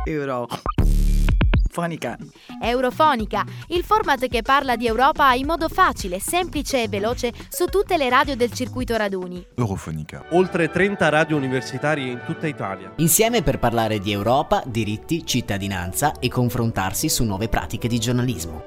Eurofonica. Eurofonica, il format che parla di Europa in modo facile, semplice e veloce su tutte le radio del circuito raduni. Eurofonica. Oltre 30 radio universitarie in tutta Italia. Insieme per parlare di Europa, diritti, cittadinanza e confrontarsi su nuove pratiche di giornalismo.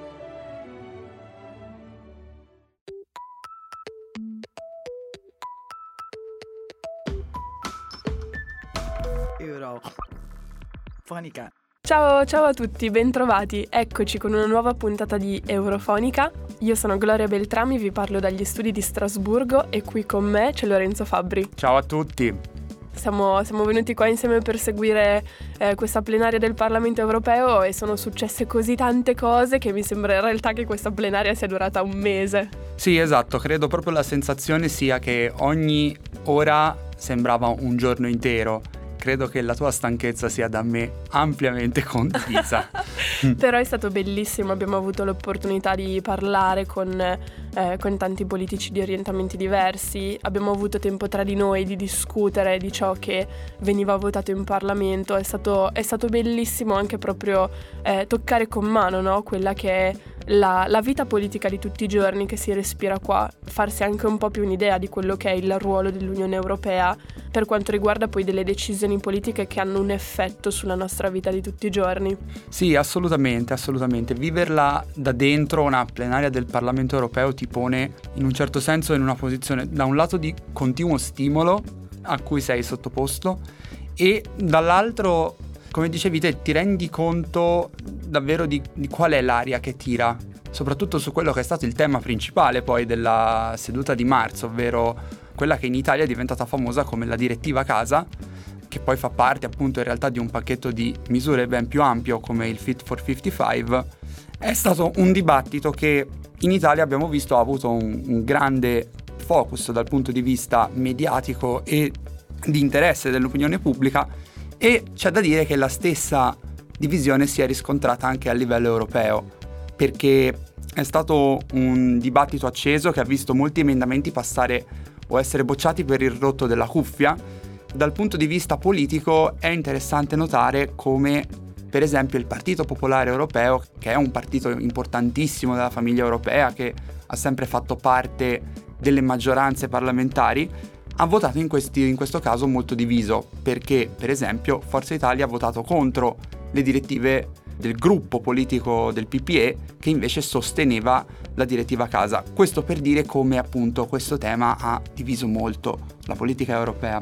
Eurofonica. Ciao a tutti, bentrovati. Eccoci con una nuova puntata di Eurofonica. Io sono Gloria Beltrami, vi parlo dagli studi di Strasburgo e qui con me c'è Lorenzo Fabbri. Ciao a tutti. Siamo venuti qua insieme per seguire questa plenaria del Parlamento Europeo e sono successe così tante cose che mi sembra in realtà che questa plenaria sia durata un mese. Sì, esatto, credo proprio la sensazione sia che ogni ora sembrava un giorno intero. Credo che la tua stanchezza sia da me ampiamente condivisa. Però è stato bellissimo, abbiamo avuto l'opportunità di parlare con tanti politici di orientamenti diversi, abbiamo avuto tempo tra di noi di discutere di ciò che veniva votato in Parlamento, è stato bellissimo anche proprio toccare con mano, no? Quella che è la vita politica di tutti i giorni che si respira qua, farsi anche un po' più un'idea di quello che è il ruolo dell'Unione Europea per quanto riguarda poi delle decisioni politiche che hanno un effetto sulla nostra vita di tutti i giorni. Sì, assolutamente. Viverla da dentro una plenaria del Parlamento Europeo ti pone in un certo senso in una posizione da un lato di continuo stimolo a cui sei sottoposto e dall'altro, come dicevi te, ti rendi conto davvero di qual è l'aria che tira, soprattutto su quello che è stato il tema principale poi della seduta di marzo, ovvero quella che in Italia è diventata famosa come la direttiva casa, che poi fa parte appunto in realtà di un pacchetto di misure ben più ampio come il Fit for 55. È stato un dibattito che in Italia abbiamo visto ha avuto un grande focus dal punto di vista mediatico e di interesse dell'opinione pubblica, e c'è da dire che la stessa divisione si è riscontrata anche a livello europeo, perché è stato un dibattito acceso che ha visto molti emendamenti passare o essere bocciati per il rotto della cuffia. Dal punto di vista politico è interessante notare come per esempio il Partito Popolare Europeo, che è un partito importantissimo della famiglia europea, che ha sempre fatto parte delle maggioranze parlamentari, ha votato in questo caso molto diviso, perché per esempio Forza Italia ha votato contro le direttive del gruppo politico del PPE che invece sosteneva la direttiva casa. Questo per dire come appunto questo tema ha diviso molto la politica europea.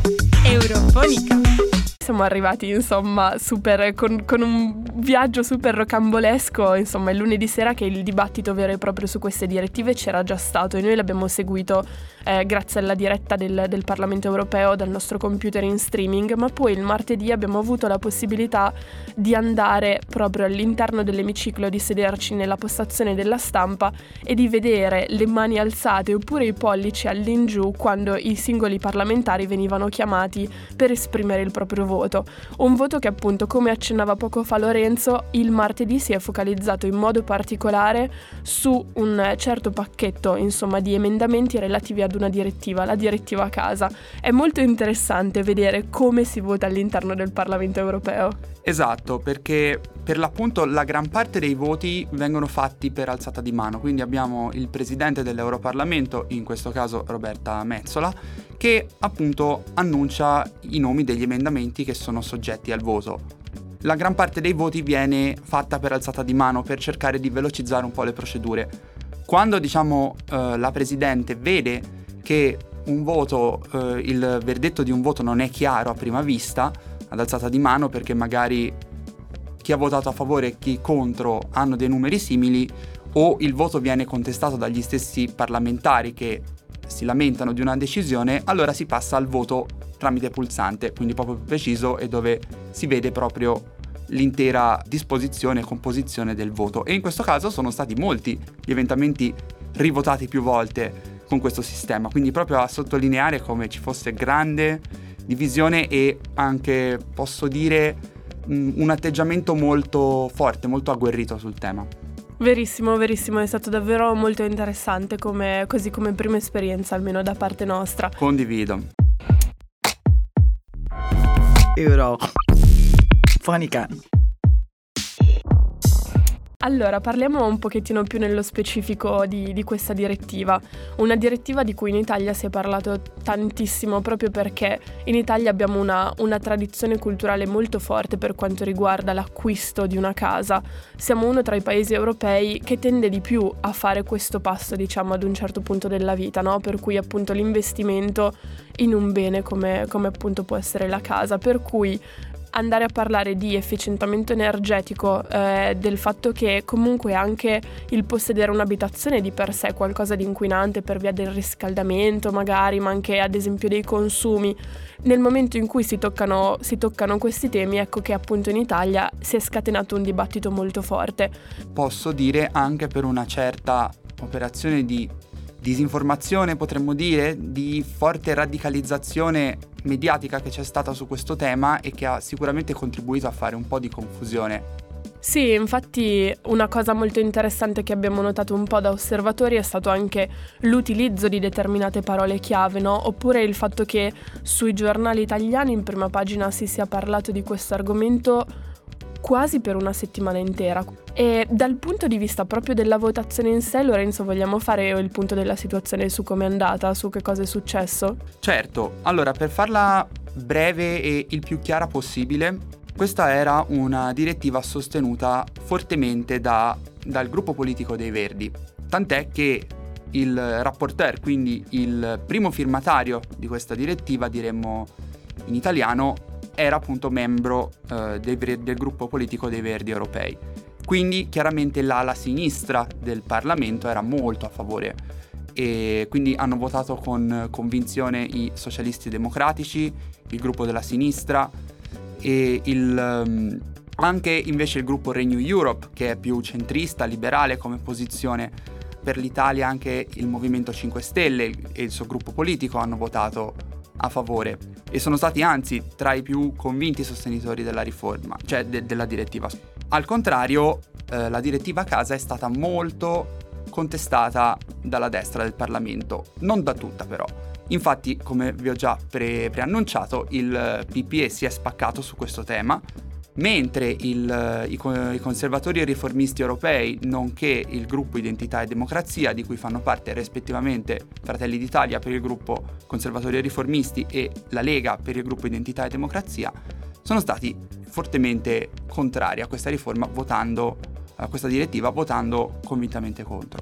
Eurofonica. Siamo arrivati insomma super con un viaggio super rocambolesco, insomma il lunedì sera che il dibattito vero e proprio su queste direttive c'era già stato e noi l'abbiamo seguito grazie alla diretta del Parlamento Europeo dal nostro computer in streaming, ma poi il martedì abbiamo avuto la possibilità di andare proprio all'interno dell'emiciclo, di sederci nella postazione della stampa e di vedere le mani alzate oppure i pollici all'ingiù quando i singoli parlamentari venivano chiamati per esprimere il proprio voto. Un voto che appunto, come accennava poco fa Lorenzo, il martedì si è focalizzato in modo particolare su un certo pacchetto insomma di emendamenti relativi ad una direttiva, la direttiva casa. È molto interessante vedere come si vota all'interno del Parlamento Europeo. Esatto, perché per l'appunto la gran parte dei voti vengono fatti per alzata di mano, quindi abbiamo il presidente dell'Europarlamento, in questo caso Roberta Metsola, che appunto annuncia i nomi degli emendamenti che sono soggetti al voto. La gran parte dei voti viene fatta per alzata di mano per cercare di velocizzare un po' le procedure. Quando la presidente vede che un voto, il verdetto di un voto non è chiaro a prima vista, ad alzata di mano, perché magari chi ha votato a favore e chi contro hanno dei numeri simili, o il voto viene contestato dagli stessi parlamentari che si lamentano di una decisione, allora si passa al voto tramite pulsante, quindi proprio più preciso e dove si vede proprio l'intera disposizione e composizione del voto. E in questo caso sono stati molti gli emendamenti rivotati più volte con questo sistema, quindi proprio a sottolineare come ci fosse grande divisione e anche, posso dire, un atteggiamento molto forte, molto agguerrito sul tema. Verissimo, è stato davvero molto interessante così come prima esperienza, almeno da parte nostra. Condivido. Eurofonica. Fonica. Allora, parliamo un pochettino più nello specifico di questa direttiva. Una direttiva di cui in Italia si è parlato tantissimo proprio perché in Italia abbiamo una tradizione culturale molto forte per quanto riguarda l'acquisto di una casa. Siamo uno tra i paesi europei che tende di più a fare questo passo, diciamo, ad un certo punto della vita, no? Per cui appunto l'investimento in un bene come appunto può essere la casa. Per cui andare a parlare di efficientamento energetico, del fatto che comunque anche il possedere un'abitazione di per sé è qualcosa di inquinante per via del riscaldamento magari, ma anche ad esempio dei consumi. Nel momento in cui si toccano questi temi, ecco che appunto in Italia si è scatenato un dibattito molto forte. Posso dire anche per una certa operazione di disinformazione, potremmo dire, di forte radicalizzazione mediatica che c'è stata su questo tema e che ha sicuramente contribuito a fare un po' di confusione. Sì, infatti una cosa molto interessante che abbiamo notato un po' da osservatori è stato anche l'utilizzo di determinate parole chiave, no? Oppure il fatto che sui giornali italiani in prima pagina si sia parlato di questo argomento quasi per una settimana intera. E dal punto di vista proprio della votazione in sé, Lorenzo, vogliamo fare il punto della situazione su come è andata, su che cosa è successo? Certo, allora per farla breve e il più chiara possibile, questa era una direttiva sostenuta fortemente dal gruppo politico dei Verdi, tant'è che il rapporteur, quindi il primo firmatario di questa direttiva, diremmo in italiano, era appunto membro del gruppo politico dei Verdi europei. Quindi chiaramente l'ala sinistra del Parlamento era molto a favore e quindi hanno votato con convinzione i socialisti democratici, il gruppo della sinistra e anche invece il gruppo Renew Europe, che è più centrista, liberale come posizione. Per l'Italia anche il Movimento 5 Stelle e il suo gruppo politico hanno votato a favore e sono stati anzi tra i più convinti sostenitori della riforma, cioè della direttiva. Al contrario, la direttiva casa è stata molto contestata dalla destra del Parlamento, non da tutta però. Infatti, come vi ho già preannunciato, il PPE si è spaccato su questo tema, mentre i conservatori e riformisti europei, nonché il gruppo Identità e Democrazia, di cui fanno parte rispettivamente Fratelli d'Italia per il gruppo Conservatori e Riformisti e la Lega per il gruppo Identità e Democrazia, sono stati fortemente contrari a questa riforma, a questa direttiva, votando convintamente contro.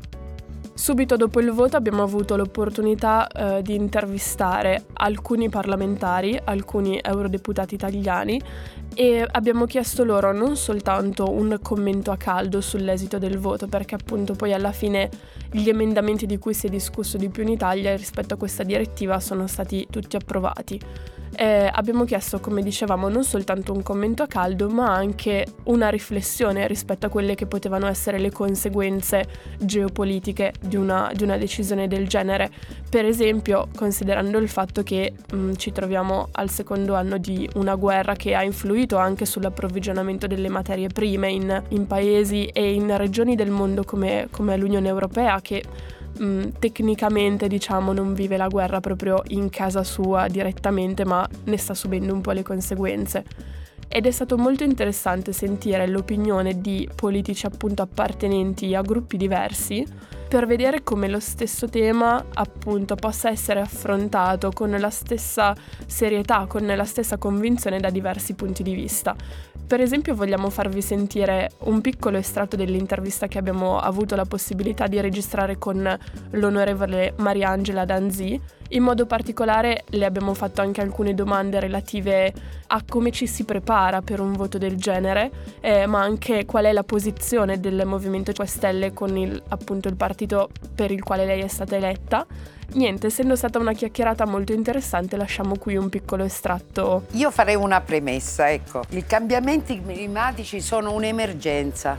Subito dopo il voto abbiamo avuto l'opportunità di intervistare alcuni parlamentari, alcuni eurodeputati italiani, e abbiamo chiesto loro non soltanto un commento a caldo sull'esito del voto, perché appunto poi alla fine gli emendamenti di cui si è discusso di più in Italia rispetto a questa direttiva sono stati tutti approvati. Abbiamo chiesto, come dicevamo, non soltanto un commento a caldo, ma anche una riflessione rispetto a quelle che potevano essere le conseguenze geopolitiche di una decisione del genere. Per esempio, considerando il fatto che ci troviamo al secondo anno di una guerra che ha influito anche sull'approvvigionamento delle materie prime in paesi e in regioni del mondo come l'Unione Europea, che tecnicamente, diciamo, non vive la guerra proprio in casa sua direttamente, ma ne sta subendo un po' le conseguenze. Ed è stato molto interessante sentire l'opinione di politici appunto appartenenti a gruppi diversi, per vedere come lo stesso tema appunto possa essere affrontato con la stessa serietà, con la stessa convinzione da diversi punti di vista. Per esempio vogliamo farvi sentire un piccolo estratto dell'intervista che abbiamo avuto la possibilità di registrare con l'onorevole Mariangela Danzi. In modo particolare le abbiamo fatto anche alcune domande relative a come ci si prepara per un voto del genere, ma anche qual è la posizione del Movimento 5 Stelle con appunto il partito per il quale lei è stata eletta. Niente, essendo stata una chiacchierata molto interessante, lasciamo qui un piccolo estratto. Io farei una premessa, ecco. I cambiamenti climatici sono un'emergenza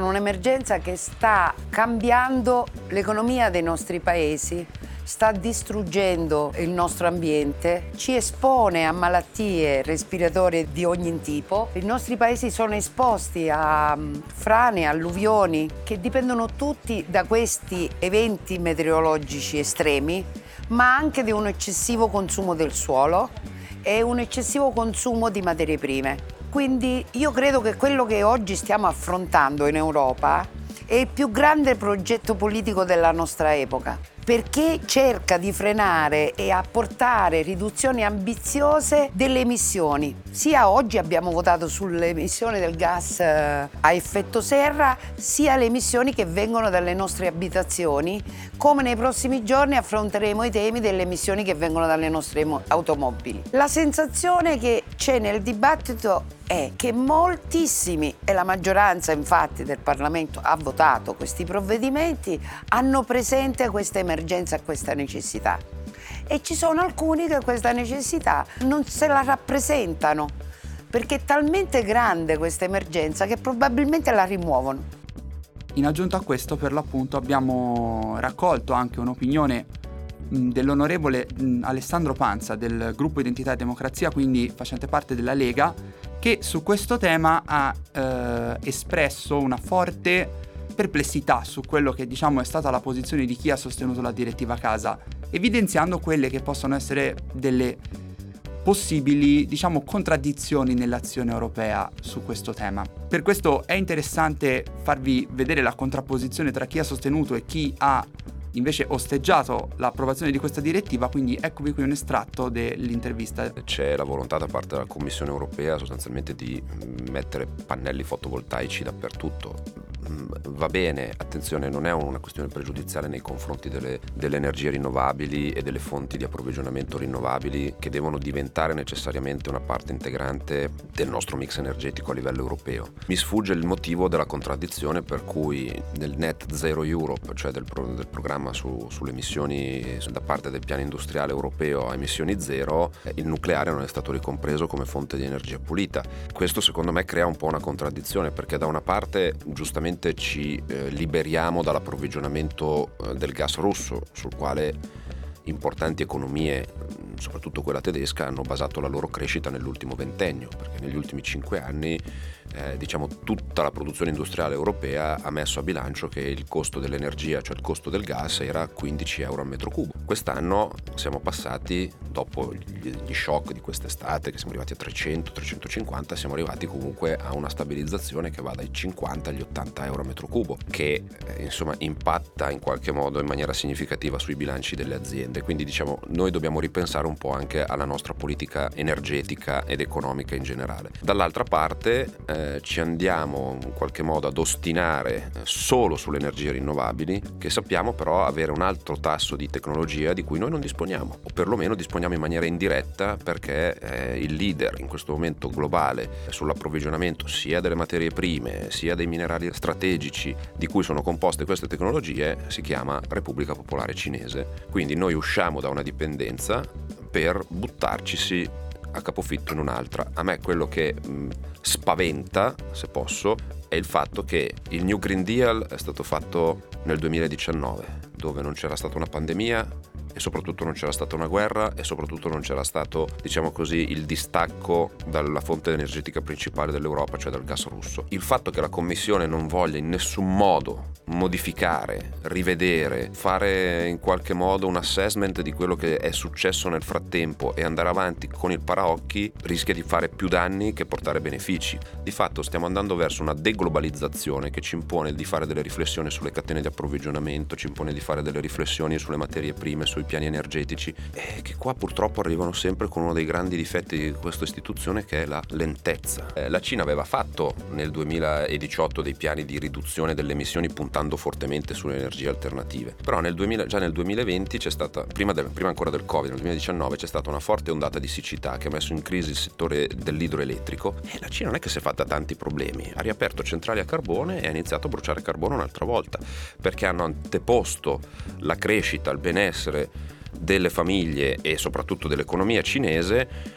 che sta cambiando l'economia dei nostri paesi, sta distruggendo il nostro ambiente, ci espone a malattie respiratorie di ogni tipo. I nostri paesi sono esposti a frane, alluvioni che dipendono tutti da questi eventi meteorologici estremi, ma anche di un eccessivo consumo del suolo e un eccessivo consumo di materie prime. Quindi io credo che quello che oggi stiamo affrontando in Europa è il più grande progetto politico della nostra epoca, perché cerca di frenare e apportare riduzioni ambiziose delle emissioni. Sia oggi abbiamo votato sulle emissioni del gas a effetto serra, sia le emissioni che vengono dalle nostre abitazioni, come nei prossimi giorni affronteremo i temi delle emissioni che vengono dalle nostre automobili. La sensazione che c'è nel dibattito è che moltissimi, e la maggioranza infatti del Parlamento ha votato questi provvedimenti, hanno presente questa emergenza e questa necessità. E ci sono alcuni che questa necessità non se la rappresentano, perché è talmente grande questa emergenza che probabilmente la rimuovono. In aggiunta a questo, per l'appunto, abbiamo raccolto anche un'opinione dell'onorevole Alessandro Panza del gruppo Identità e Democrazia, quindi facente parte della Lega, che su questo tema ha espresso una forte perplessità su quello che è stata la posizione di chi ha sostenuto la direttiva casa, evidenziando quelle che possono essere delle possibili contraddizioni nell'azione europea su questo tema. Per questo è interessante farvi vedere la contrapposizione tra chi ha sostenuto e chi ha invece osteggiato l'approvazione di questa direttiva, quindi eccovi qui un estratto dell'intervista. C'è la volontà da parte della Commissione europea sostanzialmente di mettere pannelli fotovoltaici dappertutto. Va bene, attenzione, non è una questione pregiudiziale nei confronti delle energie rinnovabili e delle fonti di approvvigionamento rinnovabili, che devono diventare necessariamente una parte integrante del nostro mix energetico a livello europeo. Mi sfugge il motivo della contraddizione per cui nel Net Zero Europe, cioè del programma sulle emissioni da parte del piano industriale europeo a emissioni zero, il nucleare non è stato ricompreso come fonte di energia pulita. Questo secondo me crea un po' una contraddizione, perché da una parte giustamente ci liberiamo dall'approvvigionamento del gas russo, sul quale importanti economie, soprattutto quella tedesca, hanno basato la loro crescita nell'ultimo ventennio, perché negli ultimi 5 anni tutta la produzione industriale europea ha messo a bilancio che il costo dell'energia, cioè il costo del gas, era 15 euro al metro cubo. Quest'anno siamo passati, dopo gli shock di quest'estate, che siamo arrivati a 300-350, siamo arrivati comunque a una stabilizzazione che va dai 50 agli 80 euro al metro cubo, che impatta in qualche modo in maniera significativa sui bilanci delle aziende. Quindi noi dobbiamo ripensare un po' anche alla nostra politica energetica ed economica in generale. Dall'altra parte ci andiamo in qualche modo ad ostinare solo sulle energie rinnovabili, che sappiamo però avere un alto tasso di tecnologia di cui noi non disponiamo, o perlomeno disponiamo in maniera indiretta, perché il leader in questo momento globale sull'approvvigionamento sia delle materie prime sia dei minerali strategici di cui sono composte queste tecnologie si chiama Repubblica Popolare Cinese. Quindi noi usciamo da una dipendenza per buttarcisi a capofitto in un'altra. A me quello che spaventa, se posso, è il fatto che il New Green Deal è stato fatto nel 2019, dove non c'era stata una pandemia e soprattutto non c'era stata una guerra e soprattutto non c'era stato, il distacco dalla fonte energetica principale dell'Europa, cioè dal gas russo. Il fatto che la Commissione non voglia in nessun modo modificare, rivedere, fare in qualche modo un assessment di quello che è successo nel frattempo e andare avanti con il paraocchi, rischia di fare più danni che portare benefici. Di fatto stiamo andando verso una deglobalizzazione che ci impone di fare delle riflessioni sulle catene di approvvigionamento, ci impone di fare delle riflessioni sulle materie prime, sui piani energetici, e che qua purtroppo arrivano sempre con uno dei grandi difetti di questa istituzione, che è la lentezza. La Cina aveva fatto nel 2018 dei piani di riduzione delle emissioni puntando fortemente sulle energie alternative, però già nel 2020 c'è stata, prima ancora del Covid, nel 2019 c'è stata una forte ondata di siccità che ha messo in crisi il settore dell'idroelettrico, e la Cina non è che si è fatta tanti problemi, ha riaperto centrali a carbone e ha iniziato a bruciare carbone un'altra volta, perché hanno anteposto la crescita, il benessere delle famiglie e soprattutto dell'economia cinese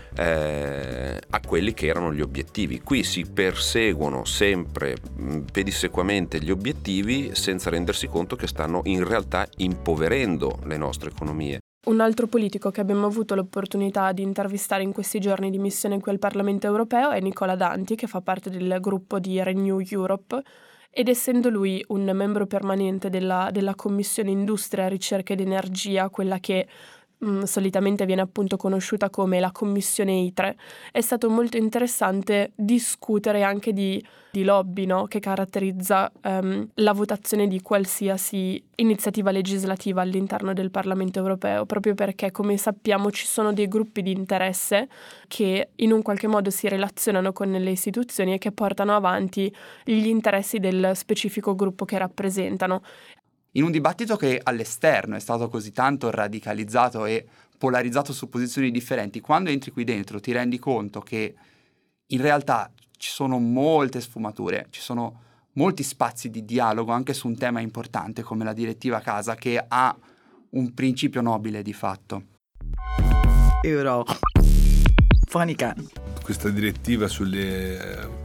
a quelli che erano gli obiettivi. Qui si perseguono sempre pedissequamente gli obiettivi senza rendersi conto che stanno in realtà impoverendo le nostre economie. Un altro politico che abbiamo avuto l'opportunità di intervistare in questi giorni di missione qui al Parlamento europeo è Nicola Danti, che fa parte del gruppo di Renew Europe, ed essendo lui un membro permanente della Commissione Industria, Ricerca ed Energia, quella che solitamente viene appunto conosciuta come la Commissione ITRE, è stato molto interessante discutere anche di lobby, no? Che caratterizza la votazione di qualsiasi iniziativa legislativa all'interno del Parlamento europeo, proprio perché, come sappiamo, ci sono dei gruppi di interesse che in un qualche modo si relazionano con le istituzioni e che portano avanti gli interessi del specifico gruppo che rappresentano. In un dibattito che all'esterno è stato così tanto radicalizzato e polarizzato su posizioni differenti, quando entri qui dentro ti rendi conto che in realtà ci sono molte sfumature, ci sono molti spazi di dialogo anche su un tema importante come la direttiva casa, che ha un principio nobile di fatto. Eurofonica. Questa direttiva sulle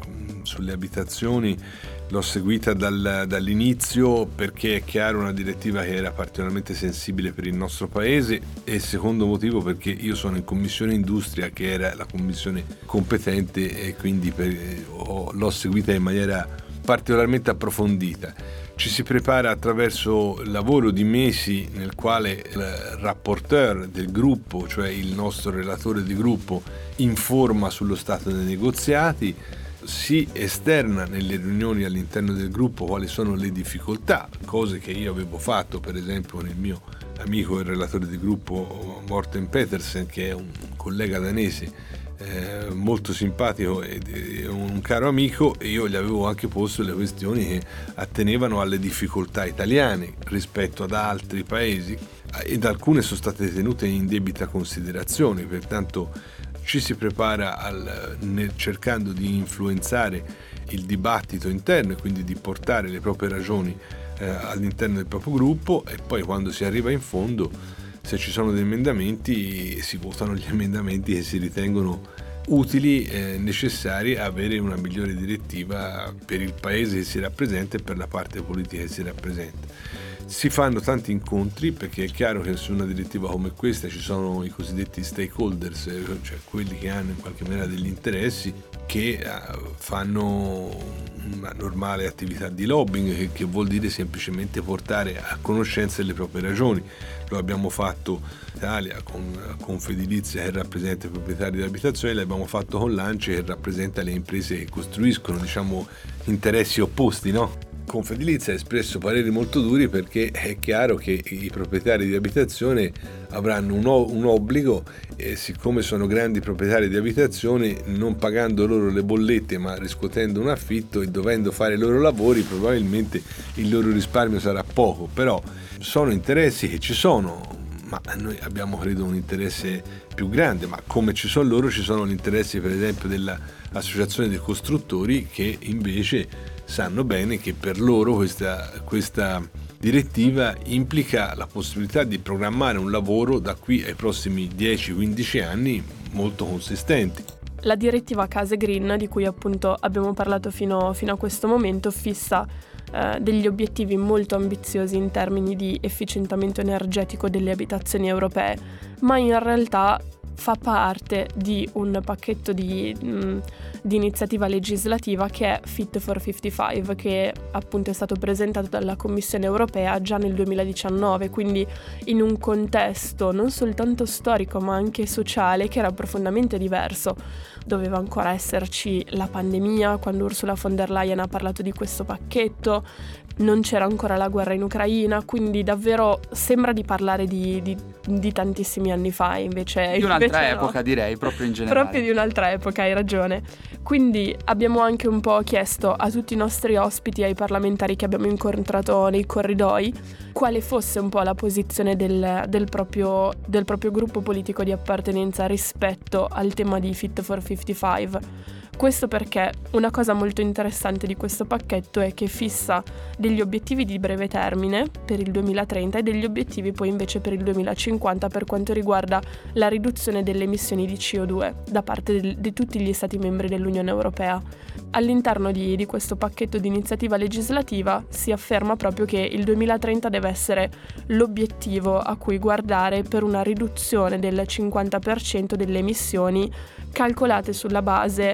abitazioni l'ho seguita dall'inizio perché è chiaro una direttiva che era particolarmente sensibile per il nostro paese, e il secondo motivo perché io sono in Commissione Industria, che era la commissione competente, e quindi l'ho seguita in maniera particolarmente approfondita. Ci si prepara attraverso il lavoro di mesi nel quale il rapporteur del gruppo, cioè il nostro relatore di gruppo, informa sullo stato dei negoziati, si esterna nelle riunioni all'interno del gruppo quali sono le difficoltà, cose che io avevo fatto per esempio nel mio amico e relatore di gruppo Morten Petersen, che è un collega danese molto simpatico e un caro amico, e io gli avevo anche posto le questioni che attenevano alle difficoltà italiane rispetto ad altri paesi, ed alcune sono state tenute in debita considerazione. Pertanto ci si prepara cercando di influenzare il dibattito interno e quindi di portare le proprie ragioni all'interno del proprio gruppo, e poi quando si arriva in fondo, se ci sono degli emendamenti, si votano gli emendamenti che si ritengono utili e necessari a avere una migliore direttiva per il paese che si rappresenta e per la parte politica che si rappresenta. Si fanno tanti incontri perché è chiaro che su una direttiva come questa ci sono i cosiddetti stakeholders, cioè quelli che hanno in qualche maniera degli interessi, che fanno una normale attività di lobbying, che vuol dire semplicemente portare a conoscenza le proprie ragioni. Lo abbiamo fatto in Italia con Confedilizia, che rappresenta i proprietari dell'abitazione, l'abbiamo fatto con l'ANCE, che rappresenta le imprese che costruiscono, diciamo, interessi opposti, no? Confedilizia ha espresso pareri molto duri perché è chiaro che i proprietari di abitazione avranno un obbligo, e siccome sono grandi proprietari di abitazione, non pagando loro le bollette ma riscuotendo un affitto e dovendo fare i loro lavori, probabilmente il loro risparmio sarà poco. Però sono interessi che ci sono, ma noi abbiamo credo un interesse più grande, ma come ci sono loro ci sono gli interessi per esempio dell'associazione dei costruttori, che invece sanno bene che per loro questa direttiva implica la possibilità di programmare un lavoro da qui ai prossimi 10-15 anni molto consistenti. La direttiva Case Green, di cui appunto abbiamo parlato fino a questo momento, fissa degli obiettivi molto ambiziosi in termini di efficientamento energetico delle abitazioni europee, ma in realtà fa parte di un pacchetto di iniziativa legislativa che è Fit for 55, che appunto è stato presentato dalla Commissione europea già nel 2019, quindi in un contesto non soltanto storico ma anche sociale che era profondamente diverso. Doveva ancora esserci la pandemia quando Ursula von der Leyen ha parlato di questo pacchetto, non c'era ancora la guerra in Ucraina, quindi davvero sembra di parlare di tantissimi anni fa, invece di un'altra no. epoca, direi, proprio in generale. Proprio di un'altra epoca, hai ragione. Quindi abbiamo anche un po' chiesto a tutti i nostri ospiti, ai parlamentari che abbiamo incontrato nei corridoi, quale fosse un po' la posizione del proprio gruppo politico di appartenenza rispetto al tema di Fit for 55. Questo perché una cosa molto interessante di questo pacchetto è che fissa degli obiettivi di breve termine per il 2030 e degli obiettivi poi invece per il 2050 per quanto riguarda la riduzione delle emissioni di CO2 da parte di tutti gli Stati membri dell'Unione Europea. All'interno di questo pacchetto di iniziativa legislativa si afferma proprio che il 2030 deve essere l'obiettivo a cui guardare per una riduzione del 50% delle emissioni calcolate sulla base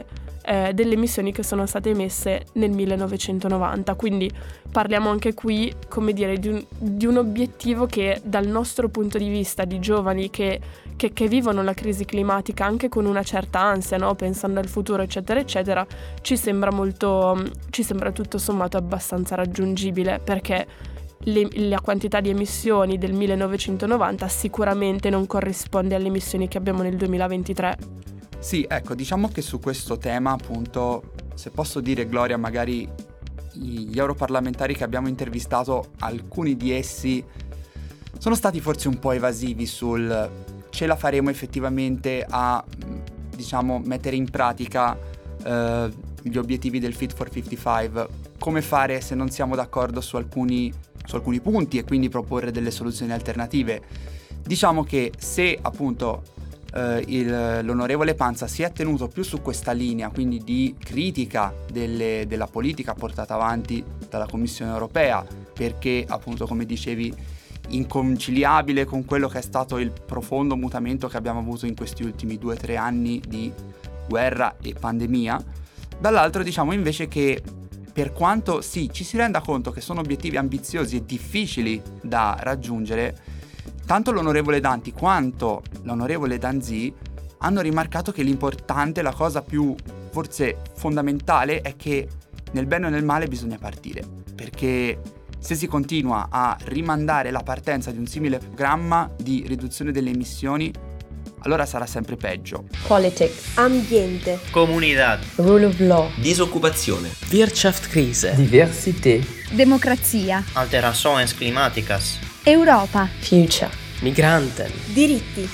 delle emissioni che sono state emesse nel 1990. Quindi parliamo anche qui, come dire, di un obiettivo che dal nostro punto di vista di giovani che vivono la crisi climatica anche con una certa ansia, no? Pensando al futuro eccetera eccetera, ci sembra tutto sommato abbastanza raggiungibile, perché la quantità di emissioni del 1990 sicuramente non corrisponde alle emissioni che abbiamo nel 2023. Sì, ecco, diciamo che su questo tema, appunto, se posso dire, Gloria, magari gli europarlamentari che abbiamo intervistato, alcuni di essi sono stati forse un po' evasivi sul ce la faremo effettivamente a, diciamo, mettere in pratica gli obiettivi del Fit for 55, come fare se non siamo d'accordo su alcuni punti e quindi proporre delle soluzioni alternative. Diciamo che se appunto l'onorevole Panza si è tenuto più su questa linea, quindi di critica della politica portata avanti dalla Commissione Europea, perché appunto, come dicevi, inconciliabile con quello che è stato il profondo mutamento che abbiamo avuto in questi ultimi 2-3 anni di guerra e pandemia, dall'altro diciamo invece che per quanto sì ci si renda conto che sono obiettivi ambiziosi e difficili da raggiungere, tanto l'onorevole Danti quanto l'onorevole Danzi hanno rimarcato che l'importante, la cosa più forse fondamentale, è che nel bene o nel male bisogna partire, perché se si continua a rimandare la partenza di un simile programma di riduzione delle emissioni, allora sarà sempre peggio. Politics, ambiente, comunità, rule of law, disoccupazione, Wirtschaftskrise, diversità, democrazia, alterações climáticas, Europa, future, migranten, diritti.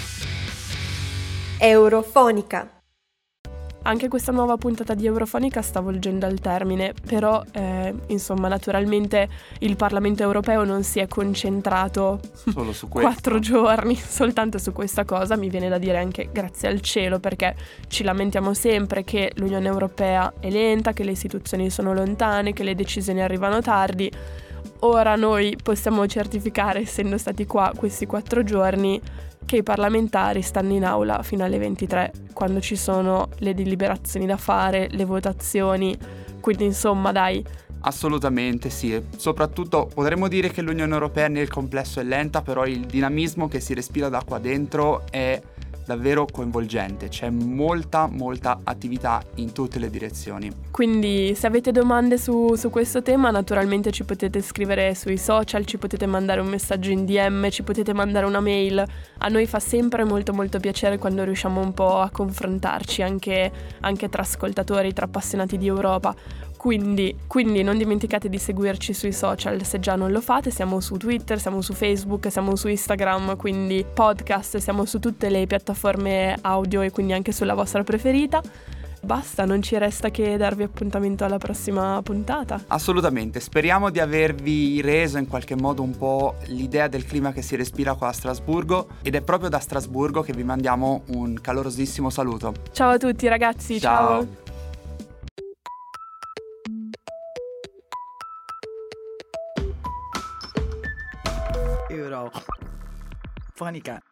Eurofonica. Anche questa nuova puntata di Eurofonica sta volgendo al termine, però insomma naturalmente il Parlamento europeo non si è concentrato solo su questo. 4 giorni soltanto su questa cosa, mi viene da dire anche grazie al cielo, perché ci lamentiamo sempre che l'Unione Europea è lenta, che le istituzioni sono lontane, che le decisioni arrivano tardi. Ora noi possiamo certificare, essendo stati qua questi 4 giorni, che i parlamentari stanno in aula fino alle 23, quando ci sono le deliberazioni da fare, le votazioni, quindi insomma dai. Assolutamente sì, e soprattutto potremmo dire che l'Unione Europea nel complesso è lenta, però il dinamismo che si respira da qua dentro è davvero coinvolgente, c'è molta attività in tutte le direzioni. Quindi se avete domande su questo tema, naturalmente ci potete scrivere sui social, ci potete mandare un messaggio in DM, ci potete mandare una mail. A noi fa sempre molto piacere quando riusciamo un po' a confrontarci anche tra ascoltatori, tra appassionati di Europa. Quindi non dimenticate di seguirci sui social se già non lo fate, siamo su Twitter, siamo su Facebook, siamo su Instagram, quindi podcast, siamo su tutte le piattaforme audio e quindi anche sulla vostra preferita. Basta, non ci resta che darvi appuntamento alla prossima puntata. Assolutamente, speriamo di avervi reso in qualche modo un po' l'idea del clima che si respira qua a Strasburgo, ed è proprio da Strasburgo che vi mandiamo un calorosissimo saluto. Ciao a tutti ragazzi, ciao. Eurofonica.